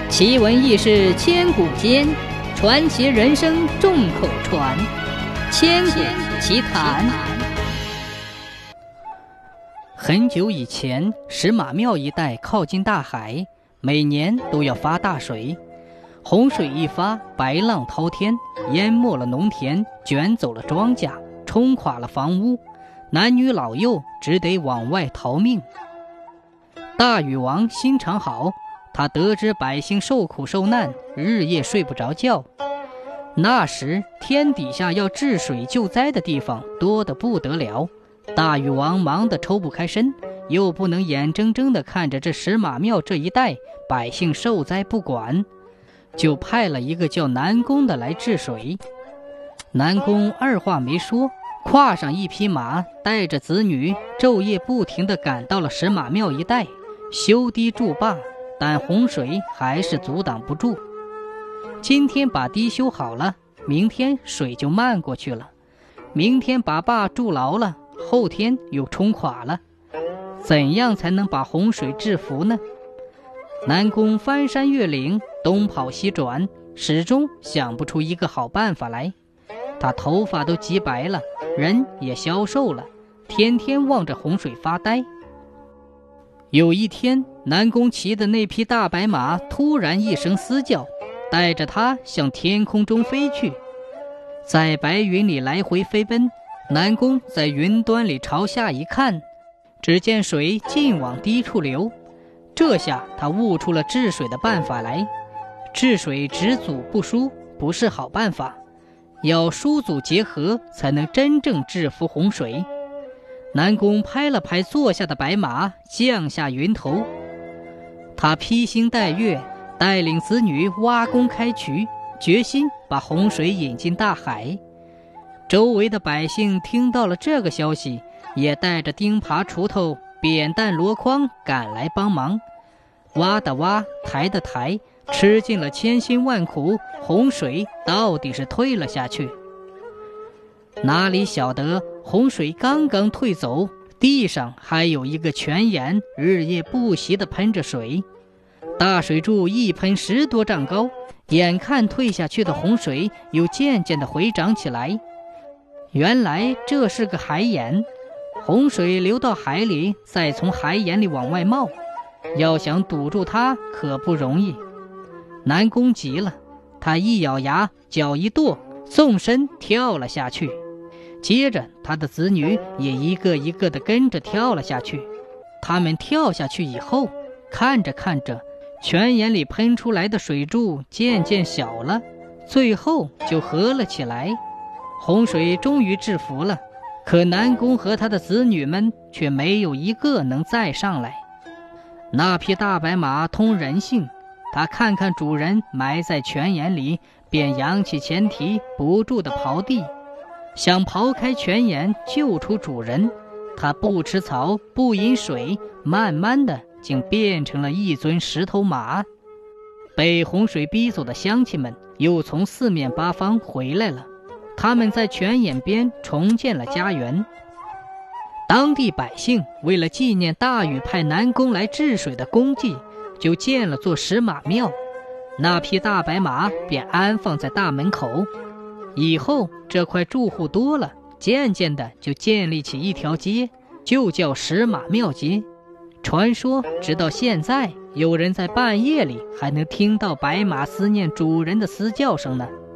奇闻异事千古间，传奇人生众口传。千古奇谈。很久以前，石马庙一带靠近大海，每年都要发大水。洪水一发，白浪滔天，淹没了农田，卷走了庄稼，冲垮了房屋，男女老幼只得往外逃命。大禹王心肠好，他得知百姓受苦受难，日夜睡不着觉。那时天底下要治水救灾的地方多得不得了，大禹王忙得抽不开身，又不能眼睁睁地看着这石马庙这一带百姓受灾不管，就派了一个叫南宫的来治水。南宫二话没说，跨上一匹马，带着子女昼夜不停地赶到了石马庙一带，修堤筑坝，但洪水还是阻挡不住。今天把堤修好了，明天水就漫过去了，明天把坝筑牢了，后天又冲垮了。怎样才能把洪水制服呢？南宫翻山越岭，东跑西转，始终想不出一个好办法来。他头发都急白了，人也消瘦了，天天望着洪水发呆。有一天，南宫骑的那匹大白马突然一声嘶叫，带着他向天空中飞去，在白云里来回飞奔。南宫在云端里朝下一看，只见水尽往低处流。这下他悟出了治水的办法来。治水只阻不疏不是好办法，要疏阻结合，才能真正制服洪水。南宫拍了拍坐下的白马，降下云头。他披星戴月，带领子女挖工开渠，决心把洪水引进大海。周围的百姓听到了这个消息，也带着钉耙锄头、扁担箩筐赶来帮忙。挖的挖，抬的抬，吃尽了千辛万苦，洪水到底是退了下去。哪里晓得洪水刚刚退走，地上还有一个泉眼日夜不息地喷着水。大水柱一喷10多丈高，眼看退下去的洪水又渐渐地回涨起来。原来这是个海眼，洪水流到海里，再从海眼里往外冒，要想堵住它可不容易。南宫急了，他一咬牙，脚一跺，纵身跳了下去。接着他的子女也一个一个地跟着跳了下去。他们跳下去以后，看着看着，泉眼里喷出来的水柱渐渐小了，最后就合了起来。洪水终于制服了，可南宫和他的子女们却没有一个能再上来。那匹大白马通人性，他看看主人埋在泉眼里，便扬起前蹄，不住地刨地，想刨开泉眼救出主人。他不吃草不饮水，慢慢的竟变成了一尊石头马。被洪水逼走的乡亲们又从四面八方回来了，他们在泉眼边重建了家园。当地百姓为了纪念大禹派南宫来治水的功绩，就建了座石马庙，那匹大白马便安放在大门口。以后这块住户多了，渐渐的就建立起一条街，就叫石马庙街。传说直到现在，有人在半夜里还能听到白马思念主人的嘶叫声呢。